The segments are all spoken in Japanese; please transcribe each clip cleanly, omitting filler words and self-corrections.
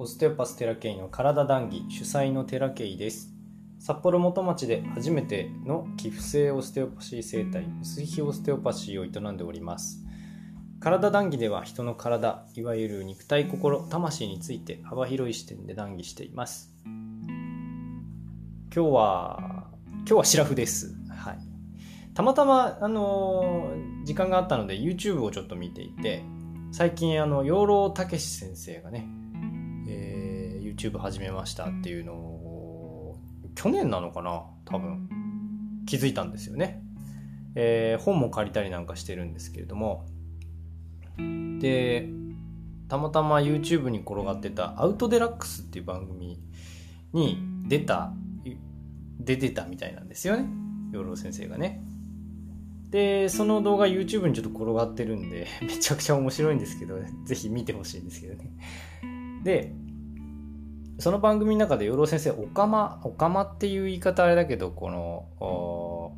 ステオパステラケイの体談義主催のテラケイです。札幌元町で初めての寄付性オステオパシー生態薄ひオステオパシーを営んでおります。体談義では人の体、いわゆる肉体、心、魂について幅広い視点で談義しています。今日はシラフです。はい。たまたま時間があったので YouTube をちょっと見ていて、最近養老孟司先生がね、YouTube 始めましたっていうのを去年なのかな、多分気づいたんですよね。本も借りたりなんかしてるんですけれども、でたまたま YouTube に転がってたアウトデラックスっていう番組に出てたみたいなんですよね、養老先生がね。でその動画 YouTube にちょっと転がってるんでめちゃくちゃ面白いんですけど、ぜひ見てほしいんですけどね。でその番組の中で養老先生おかまっていう言い方あれだけど、この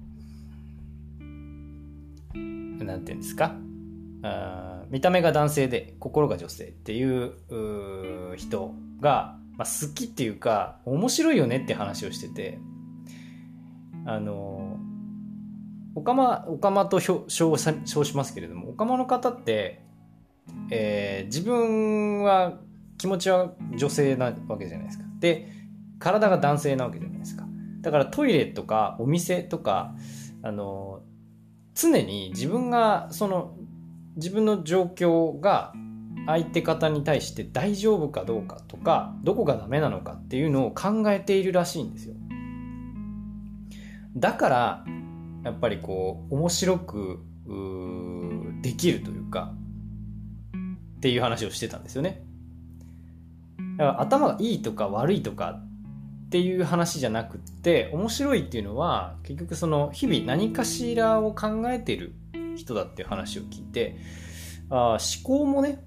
なんていうんですか、見た目が男性で心が女性っていう人が、好きっていうか面白いよねって話をしてて、おかまと称しますけれども、おかまの方って、自分は気持ちは女性なわけじゃないですか。で体が男性なわけじゃないですか。だからトイレとかお店とか常に自分の状況が相手方に対して大丈夫かどうかとか、どこがダメなのかっていうのを考えているらしいんですよ。だからやっぱりこう面白くできるというかっていう話をしてたんですよね。だから頭がいいとか悪いとかっていう話じゃなくって、面白いっていうのは結局その日々何かしらを考えている人だっていう話を聞いて、思考もね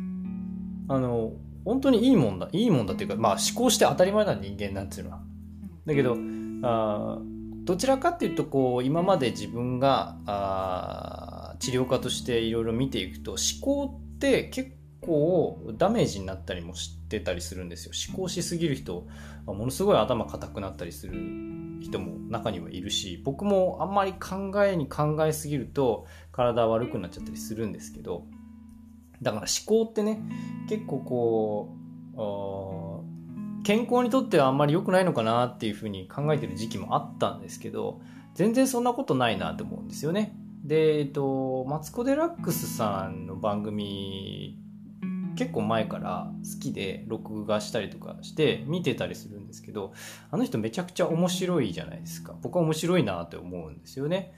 本当にいいもんだっていうか、思考して当たり前な人間なんていうのは。だけどどちらかっていうとこう今まで自分が治療家としていろいろ見ていくと、思考って結構ダメージになったりもしてたりするんですよ。思考しすぎる人、ものすごい頭固くなったりする人も中にはいるし、僕もあんまり考えすぎると体悪くなっちゃったりするんですけど、だから思考ってね、結構こう健康にとってはあんまり良くないのかなっていうふうに考えてる時期もあったんですけど、全然そんなことないなと思うんですよね。で、マツコ・デラックスさんの番組結構前から好きで録画したりとかして見てたりするんですけど、あの人めちゃくちゃ面白いじゃないですか。僕は面白いなって思うんですよね。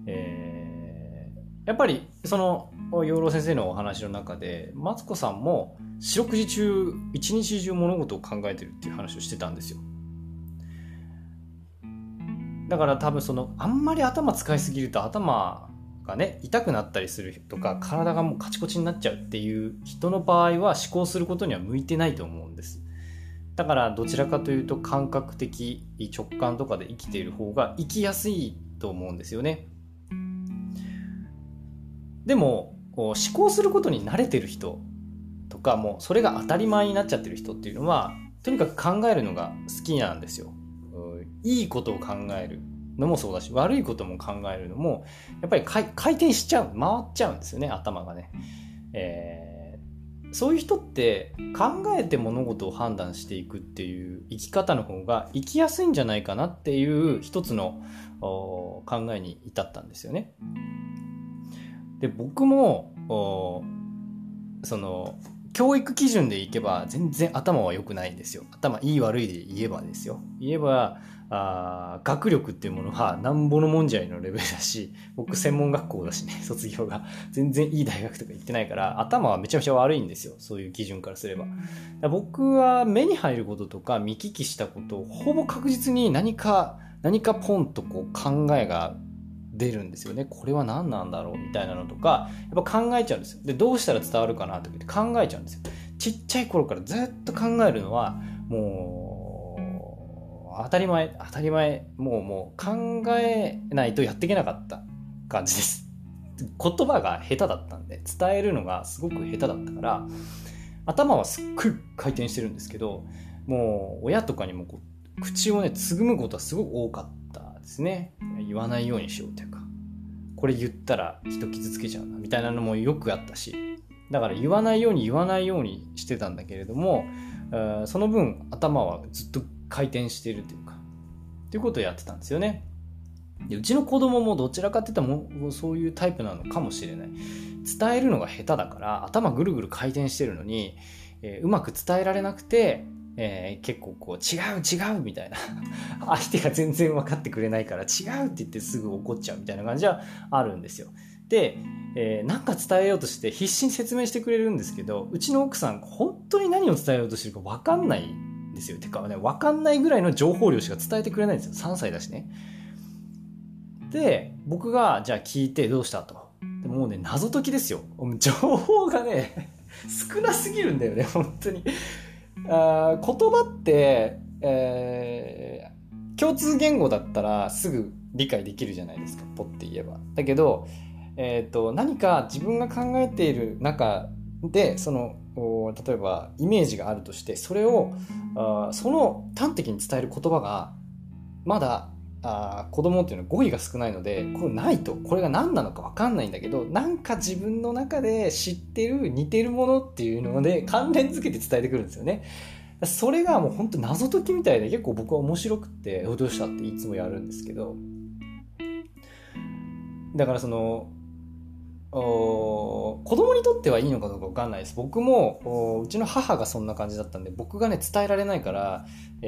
やっぱりその養老先生のお話の中でマツコさんも四六時中一日中物事を考えてるっていう話をしてたんですよ。だから多分あんまり頭使いすぎると頭がね痛くなったりするとか、体がもうカチコチになっちゃうっていう人の場合は思考することには向いてないと思うんです。だからどちらかというと感覚的直感とかで生きている方が生きやすいと思うんですよね。でも思考することに慣れてる人とか、もうそれが当たり前になっちゃってる人っていうのはとにかく考えるのが好きなんですよ。いいことを考えるのもそうだし、悪いことも考えるのもやっぱり回転しちゃう、回っちゃうんですよね、頭がね。そういう人って考えて物事を判断していくっていう生き方の方が生きやすいんじゃないかなっていう一つの考えに至ったんですよね。で僕も教育基準でいけば全然頭は良くないんですよ。頭いい悪いで言えばですよ。学力っていうものはなんぼのもんじゃいのレベルだし、僕専門学校だしね、卒業が全然いい大学とか行ってないから頭はめちゃめちゃ悪いんですよ、そういう基準からすれば。僕は目に入ることとか見聞きしたことをほぼ確実に何かポンとこう考えが出るんですよね。これは何なんだろうみたいなのとかやっぱ考えちゃうんですよ。でどうしたら伝わるかなとかって考えちゃうんですよ。ちっちゃい頃からずっと考えるのはもう当たり前、もう考えないとやっていけなかった感じです。言葉が下手だったんで、伝えるのがすごく下手だったから頭はすっごい回転してるんですけど、もう親とかにも口をねつぐむことはすごく多かったですね。言わないようにしようというか、これ言ったら人傷つけちゃうなみたいなのもよくあったし、だから言わないようにしてたんだけれども、その分頭はずっと回転しているというかっていうことをやってたんですよね。でうちの子供もどちらかって言ったらもうそういうタイプなのかもしれない。伝えるのが下手だから頭ぐるぐる回転してるのに、うまく伝えられなくて、結構こう違うみたいな相手が全然分かってくれないから違うって言ってすぐ怒っちゃうみたいな感じはあるんですよ。で、なんか伝えようとして必死に説明してくれるんですけど、うちの奥さん本当に何を伝えようとしてるか分かんないんですよ。てかね、分かんないぐらいの情報量しか伝えてくれないんですよ。3歳だしね。で僕がじゃあ聞いてどうしたと。でもうね謎解きですよ。情報がね少なすぎるんだよね本当に。言葉って、共通言語だったらすぐ理解できるじゃないですか、ポッて言えば。だけど、何か自分が考えている中で例えばイメージがあるとして、それをその端的に伝える言葉がまだ子供っていうのは語彙が少ないので、これないとこれが何なのか分かんないんだけど、なんか自分の中で知ってる似てるものっていうので関連付けて伝えてくるんですよね。それがもう本当謎解きみたいで結構僕は面白くってどうしたっていつもやるんですけど、だから子供にとってはいいのかどうか分かんないです。僕もうちの母がそんな感じだったんで、僕がね伝えられないから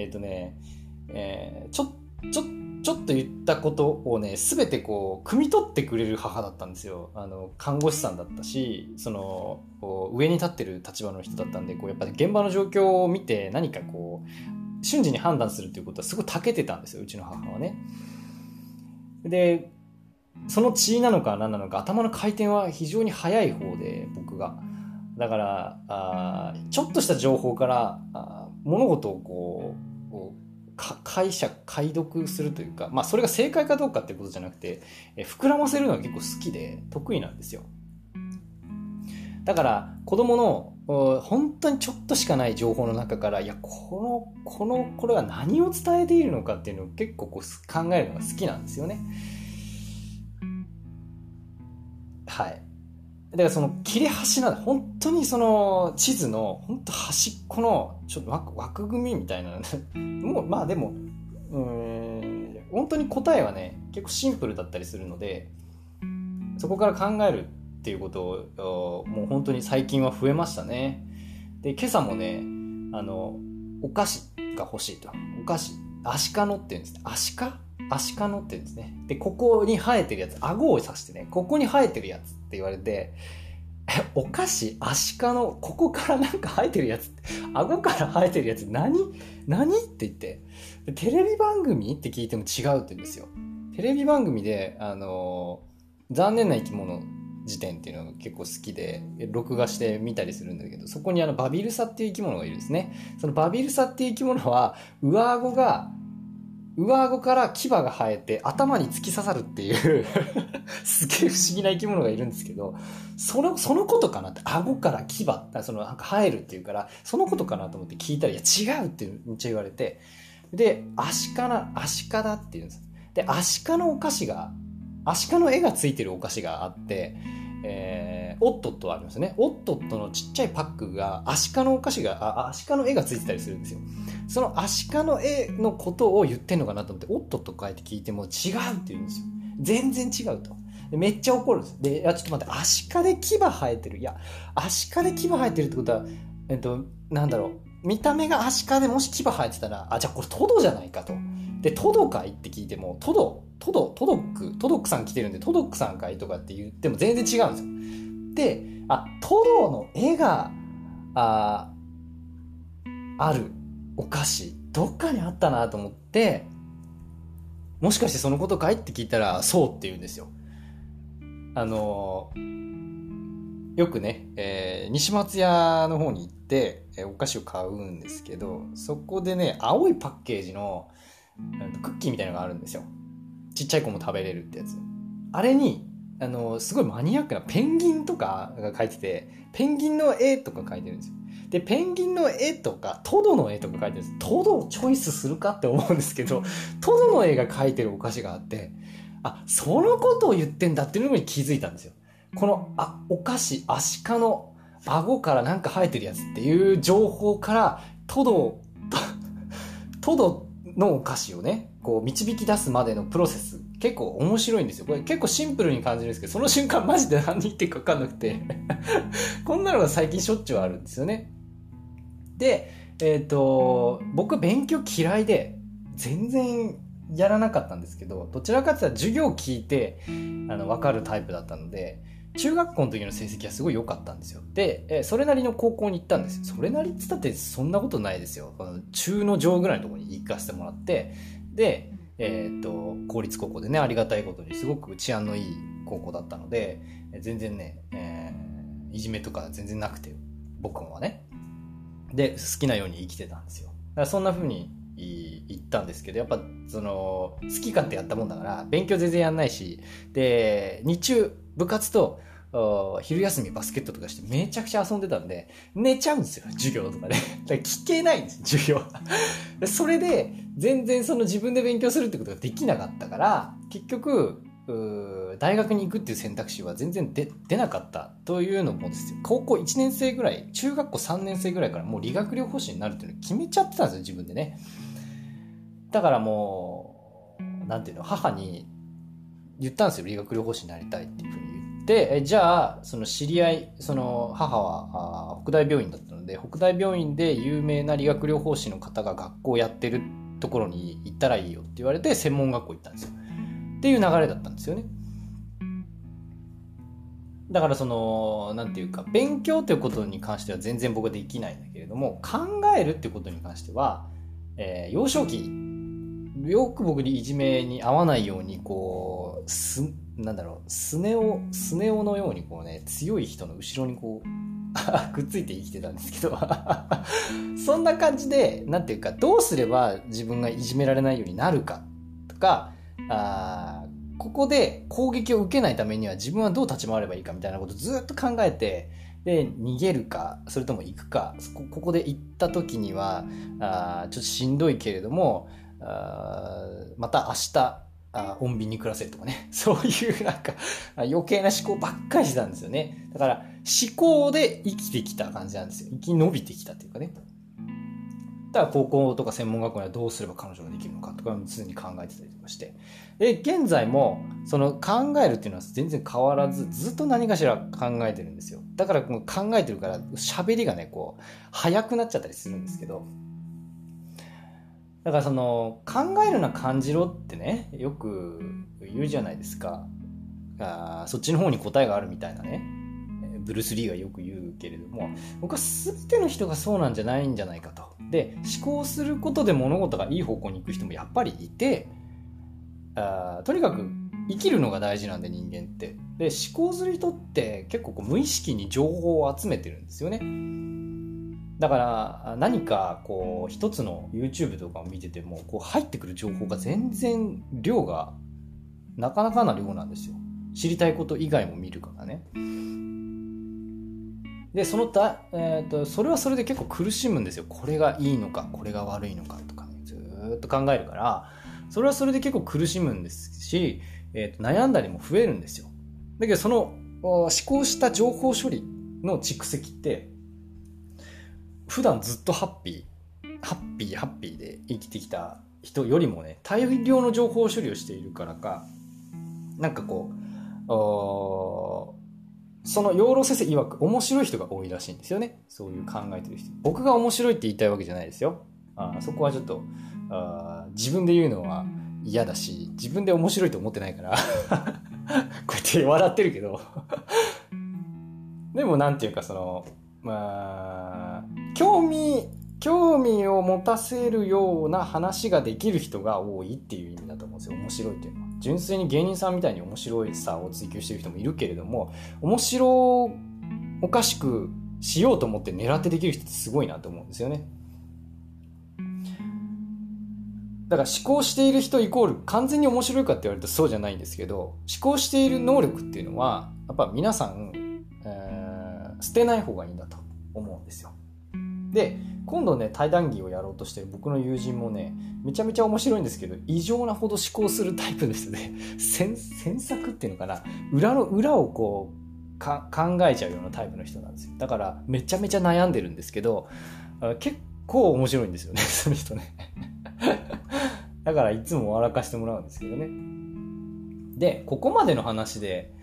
ちょっと言ったことをね全てこう汲み取ってくれる母だったんですよ。看護師さんだったし、上に立ってる立場の人だったんで、こうやっぱり現場の状況を見て何かこう瞬時に判断するということはすごい長けてたんですよ、うちの母はね。でその血なのか何なのか頭の回転は非常に速い方で、僕がだからちょっとした情報から物事をこう解読するというか、まあそれが正解かどうかっていうことじゃなくて、膨らませるのが結構好きで得意なんですよ。だから子供の本当にちょっとしかない情報の中から、いやこれは何を伝えているのかっていうのを結構こう考えるのが好きなんですよね。はい。だからその切れ端なんで、本当にその地図の本当端っこのちょっと枠組みみたいなもうまあでも本当に答えはね結構シンプルだったりするので、そこから考えるっていうことをもう本当に最近は増えましたね。で今朝もねお菓子が欲しいと。お菓子アシカノって言うんですね。アシカノって言うんですね。でここに生えてるやつ、顎を刺してね、ここに生えてるやつって言われて、お菓子アシカのここからなんか生えてるやつ、顎から生えてるやつ何って言って、テレビ番組って聞いても違うって言うんですよ。テレビ番組で残念な生き物辞典っていうのが結構好きで録画して見たりするんだけど、そこにバビルサっていう生き物がいるんですね。そのバビルサっていう生き物は上顎から牙が生えて頭に突き刺さるっていうすげえ不思議な生き物がいるんですけど、そのことかなって、顎から牙なんか生えるっていうからそのことかなと思って聞いたら、いや違うってめっちゃ言われて、でアシカだって言うんです。でアシカの絵がついてるお菓子があって、オットットありますね。オットットのちっちゃいパックがアシカの絵がついてたりするんですよ。そのアシカの絵のことを言ってんのかなと思って、オットット書いて聞いても違うって言うんですよ。全然違うと。でめっちゃ怒るんです。で、ちょっと待って、アシカで牙生えてる。いや、アシカで牙生えてるってことは、なんだろう。見た目がアシカでもし牙生えてたら、じゃあこれトドじゃないかと。で、トドかいって聞いても、トドックさん来てるんで、トドックさんかいとかって言っても全然違うんですよ。で、トドの絵が、あるお菓子、どっかにあったなと思って、もしかしてそのことかいって聞いたら、そうって言うんですよ。よくね、西松屋の方に行って、お菓子を買うんですけど、そこでね、青いパッケージのクッキーみたいなのがあるんですよ。ちっちゃい子も食べれるってやつ。あれにすごいマニアックなペンギンとかが描いてて、ペンギンの絵とか描いてるんですよ。 でペンギンの絵とかトドの絵とか描いてるんです。トドをチョイスするかって思うんですけど、トドの絵が描いてるお菓子があって、そのことを言ってんだっていうのに気づいたんですよ。このお菓子、アシカの顎からなんか生えてるやつっていう情報からトドのお菓子をねこう導き出すまでのプロセス結構面白いんですよ。これ結構シンプルに感じるんですけど、その瞬間マジで何言ってるか分かんなくてこんなのが最近しょっちゅうあるんですよね。で僕勉強嫌いで全然やらなかったんですけど、どちらかというと授業を聞いて分かるタイプだったので、中学校の時の成績はすごい良かったんですよ。で、それなりの高校に行ったんですよ。それなりって言ったってそんなことないですよ。中の上ぐらいのところに行かせてもらって、で、公立高校でね、ありがたいことにすごく治安のいい高校だったので、全然ね、いじめとか全然なくて、僕はね。で、好きなように生きてたんですよ。だからそんな風に言ったんですけど、やっぱ好き勝手やったもんだから勉強全然やんないし、で日中部活と昼休みバスケットとかしてめちゃくちゃ遊んでたんで寝ちゃうんですよ、授業とかで。だから聞けないんです授業それで全然自分で勉強するってことができなかったから、結局大学に行くっていう選択肢は全然出なかったというのもですよ、高校1年生ぐらい、中学校3年生ぐらいからもう理学療法士になるっていうのを決めちゃってたんですよ、自分でね。だからもうなんていうの、母に言ったんですよ、理学療法士になりたいっていうふうに言って、じゃあ知り合い、母は北大病院だったので、北大病院で有名な理学療法士の方が学校をやってるところに行ったらいいよって言われて専門学校行ったんですよっていう流れだったんですよね。だからなんていうか、勉強ということに関しては全然僕はできないんだけれども、考えるっていうことに関しては、幼少期よく僕にいじめに遭わないようにスネ夫のように強い人の後ろにくっついて生きてたんですけどそんな感じで、なんていうか、どうすれば自分がいじめられないようになるかとか、ここで攻撃を受けないためには自分はどう立ち回ればいいかみたいなことをずっと考えて、で逃げるかそれとも行くか、ここで行った時にはちょっとしんどいけれどもまた明日穏便に暮らせるとかね、そういう余計な思考ばっかりしてたんですよね。だから思考で生きてきた感じなんですよ。生き延びてきたっていうかね。だから高校とか専門学校にはどうすれば彼女ができるのかとか常に考えてたりとかして、で現在も考えるっていうのは全然変わらず、ずっと何かしら考えてるんですよ。だから考えてるから喋りがね早くなっちゃったりするんですけど、だから考えるな感じろってねよく言うじゃないですか。そっちの方に答えがあるみたいなね、ブルース・リーがよく言うけれども、僕は全ての人がそうなんじゃないんじゃないかと。で思考することで物事がいい方向に行く人もやっぱりいて、とにかく生きるのが大事なんで、人間って。で思考する人って結構無意識に情報を集めてるんですよね。だから何か一つの YouTube とかを見てても入ってくる情報が全然量がなかなかな量なんですよ。知りたいこと以外も見るからね。でそれはそれで結構苦しむんですよ。これがいいのかこれが悪いのかとか、ね、ずっと考えるから、それはそれで結構苦しむんですし、悩んだりも増えるんですよ。だけど思考した情報処理の蓄積って普段ずっとハッピーで生きてきた人よりもね、大量の情報処理をしているからか、その養老先生曰く面白い人が多いらしいんですよね。そういう考えてる人。僕が面白いって言いたいわけじゃないですよ。そこはちょっと自分で言うのは嫌だし、自分で面白いと思ってないからこうやって笑ってるけどでもなんていうか興味を持たせるような話ができる人が多いっていう意味だと思うんですよ。面白いっていうのは純粋に芸人さんみたいに面白いさを追求してる人もいるけれども、面白おかしくしようと思って狙ってできる人ってすごいなと思うんですよね。だから思考している人イコール完全に面白いかって言われるとそうじゃないんですけど、思考している能力っていうのはやっぱ皆さん、捨てない方がいいんだと思うんですよ。 で今度ね対談義をやろうとしてる僕の友人もねめちゃめちゃ面白いんですけど異常なほど思考するタイプですね詮索っていうのかな、裏の裏をこう考えちゃうようなタイプの人なんですよ。だからめちゃめちゃ悩んでるんですけど結構面白いんですよねその人ねだからいつも笑かしてもらうんですけどね。でここまでの話で、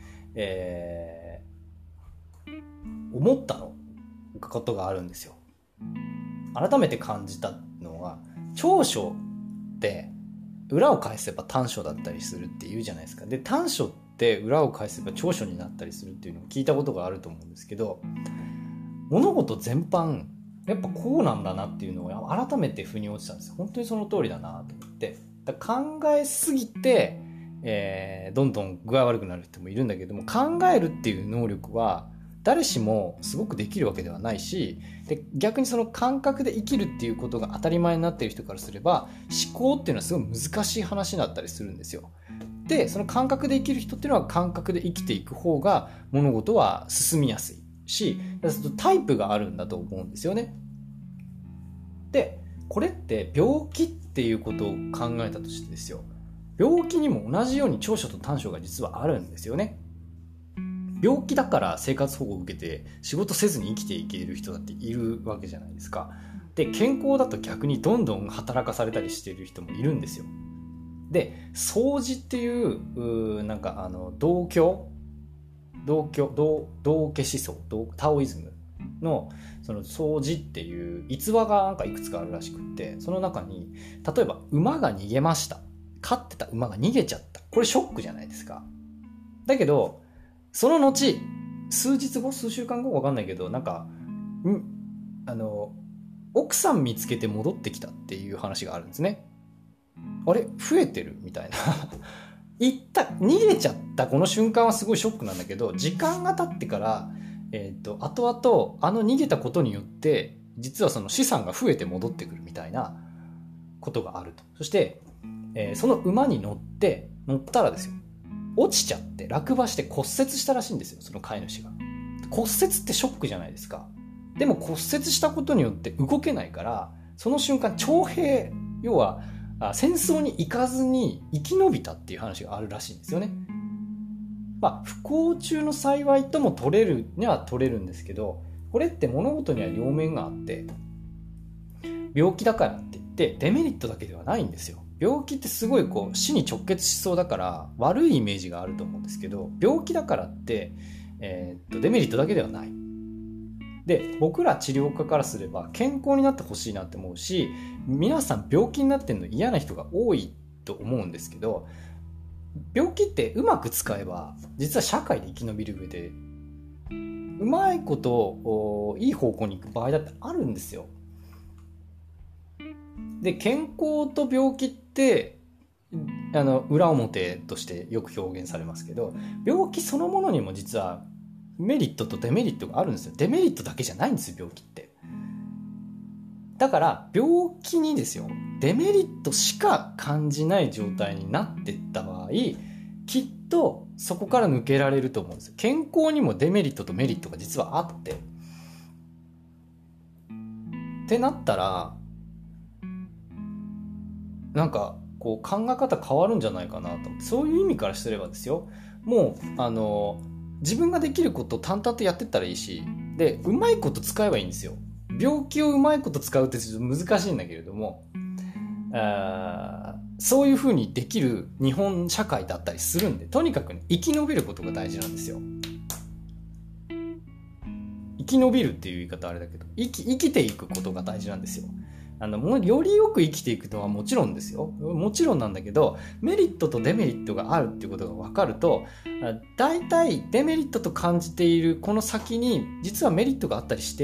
思ったことがあるんですよ。改めて感じたのは、長所って裏を返せば短所だったりするって言うじゃないですか。で短所って裏を返せば長所になったりするっていうのを聞いたことがあると思うんですけど、物事全般やっぱこうなんだなっていうのを改めて腑に落ちたんですよ。本当にその通りだなと思って。だから考えすぎて、どんどん具合悪くなる人もいるんだけども、考えるっていう能力は誰しもすごくできるわけではないし、で逆にその感覚で生きるっていうことが当たり前になっている人からすれば、思考っていうのはすごい難しい話だったりするんですよ。でその感覚で生きる人っていうのは感覚で生きていく方が物事は進みやすいし、タイプがあるんだと思うんですよね。でこれって病気っていうことを考えたとしてですよ、病気にも同じように長所と短所が実はあるんですよね。病気だから生活保護を受けて仕事せずに生きていける人だっているわけじゃないですか。で健康だと逆にどんどん働かされたりしている人もいるんですよ。で掃除っていうなんか道家思想タオイズムのその掃除っていう逸話がなんかいくつかあるらしくって、その中に例えば馬が逃げました、飼ってた馬が逃げちゃった、これショックじゃないですか。だけどその後数日後数週間後分かんないけどなんか奥さん見つけて戻ってきたっていう話があるんですね。あれ増えてるみたいな逃げちゃったこの瞬間はすごいショックなんだけど、時間が経ってから後々逃げたことによって実はその資産が増えて戻ってくるみたいなことがあると。そして、その馬に乗ったらですよ、落ちちゃって落馬して骨折したらしいんですよ、その飼い主が。骨折ってショックじゃないですか。でも骨折したことによって動けないから、その瞬間徴兵、要は戦争に行かずに生き延びたっていう話があるらしいんですよね。まあ不幸中の幸いとも取れるには取れるんですけど、これって物事には両面があって、病気だからって言ってデメリットだけではないんですよ。病気ってすごい死に直結しそうだから悪いイメージがあると思うんですけど、病気だからって、デメリットだけではない。で僕ら治療家からすれば健康になってほしいなって思うし、皆さん病気になってるの嫌な人が多いと思うんですけど、病気ってうまく使えば実は社会で生き延びる上でうまいこといい方向に行く場合だってあるんですよ。で健康と病気って裏表としてよく表現されますけど、病気そのものにも実はメリットとデメリットがあるんですよ。デメリットだけじゃないんですよ、病気って。だから病気にですよ、デメリットしか感じない状態になっていった場合、きっとそこから抜けられると思うんですよ。健康にもデメリットとメリットが実はあってってなったら、なんか考え方変わるんじゃないかなと思って。そういう意味からすればですよ、もう自分ができることを淡々とやってったらいいし、でうまいこと使えばいいんですよ。病気をうまいこと使うってちょっと難しいんだけれども、そういう風にできる日本社会だったりするんで、とにかく、ね、生き延びることが大事なんですよ。生き延びるっていう言い方あれだけど、生きていくことが大事なんですよ。よりよく生きていくのはもちろんですよ。もちろんなんだけど、メリットとデメリットがあるっていうことが分かると、大体デメリットと感じているこの先に実はメリットがあったりして、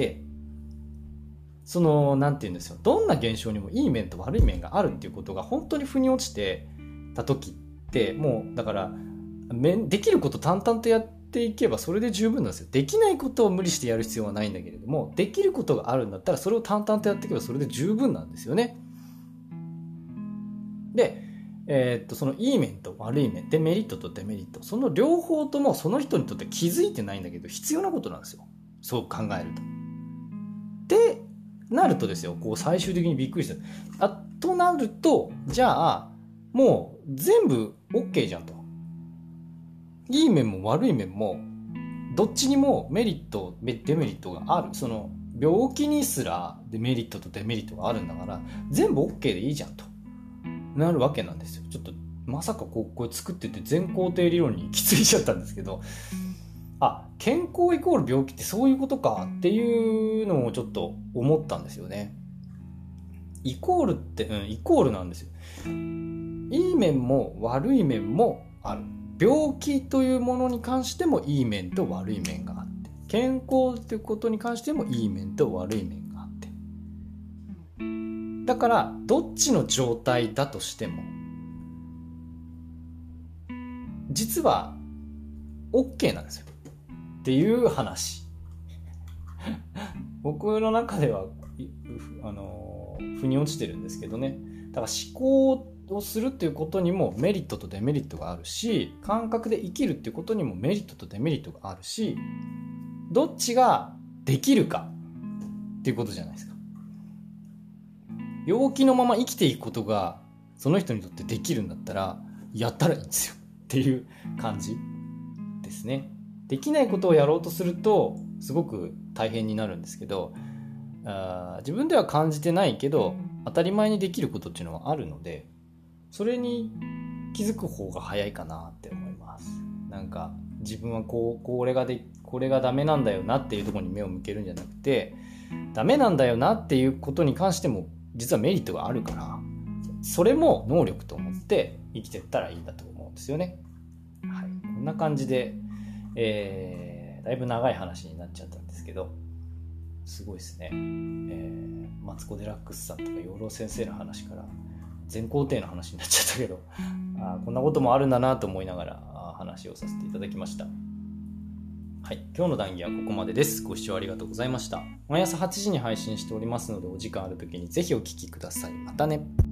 なんて言うんですよ、どんな現象にもいい面と悪い面があるっていうことが本当に腑に落ちてた時って、もうだからできること淡々とやっていけばそれで十分なんですよ。できないことを無理してやる必要はないんだけれども、できることがあるんだったらそれを淡々とやっていけばそれで十分なんですよね。で、そのいい面と悪い面でメリットとデメリット、その両方ともその人にとって気づいてないんだけど必要なことなんですよ、そう考えると。でなるとですよ、こう最終的にびっくりした。となると、じゃあもう全部 OK じゃんと。いい面も悪い面もどっちにもメリットデメリットがある。その病気にすらメリットとデメリットがあるんだから、全部 OK でいいじゃんとなるわけなんですよ。ちょっとまさかこれ作ってて全肯定理論に行き着いちゃったんですけど、健康イコール病気ってそういうことかっていうのをちょっと思ったんですよね。イコールって、イコールなんですよ。いい面も悪い面もある。病気というものに関してもいい面と悪い面があって、健康ということに関してもいい面と悪い面があって、だからどっちの状態だとしても実は OK なんですよっていう話。僕の中では腑に落ちてるんですけどね。だから思考をするっていうことにもメリットとデメリットがあるし、感覚で生きるっていうことにもメリットとデメリットがあるし、どっちができるかっていうことじゃないですか。病気のまま生きていくことがその人にとってできるんだったらやったらいいんですよっていう感じですね。できないことをやろうとするとすごく大変になるんですけど、自分では感じてないけど当たり前にできることっていうのはあるので、それに気づく方が早いかなって思います。なんか自分はこれがダメなんだよなっていうところに目を向けるんじゃなくて、ダメなんだよなっていうことに関しても実はメリットがあるから、それも能力と思って生きていったらいいんだと思うんですよね。はい、こんな感じで、だいぶ長い話になっちゃったんですけど、すごいですね。マツコ・デラックスさんとか養老先生の話から全肯定の話になっちゃったけど、こんなこともあるんだなと思いながら話をさせていただきました。はい、今日の談義はここまでです。ご視聴ありがとうございました。毎朝8時に配信しておりますので、お時間ある時にぜひお聞きください。またね。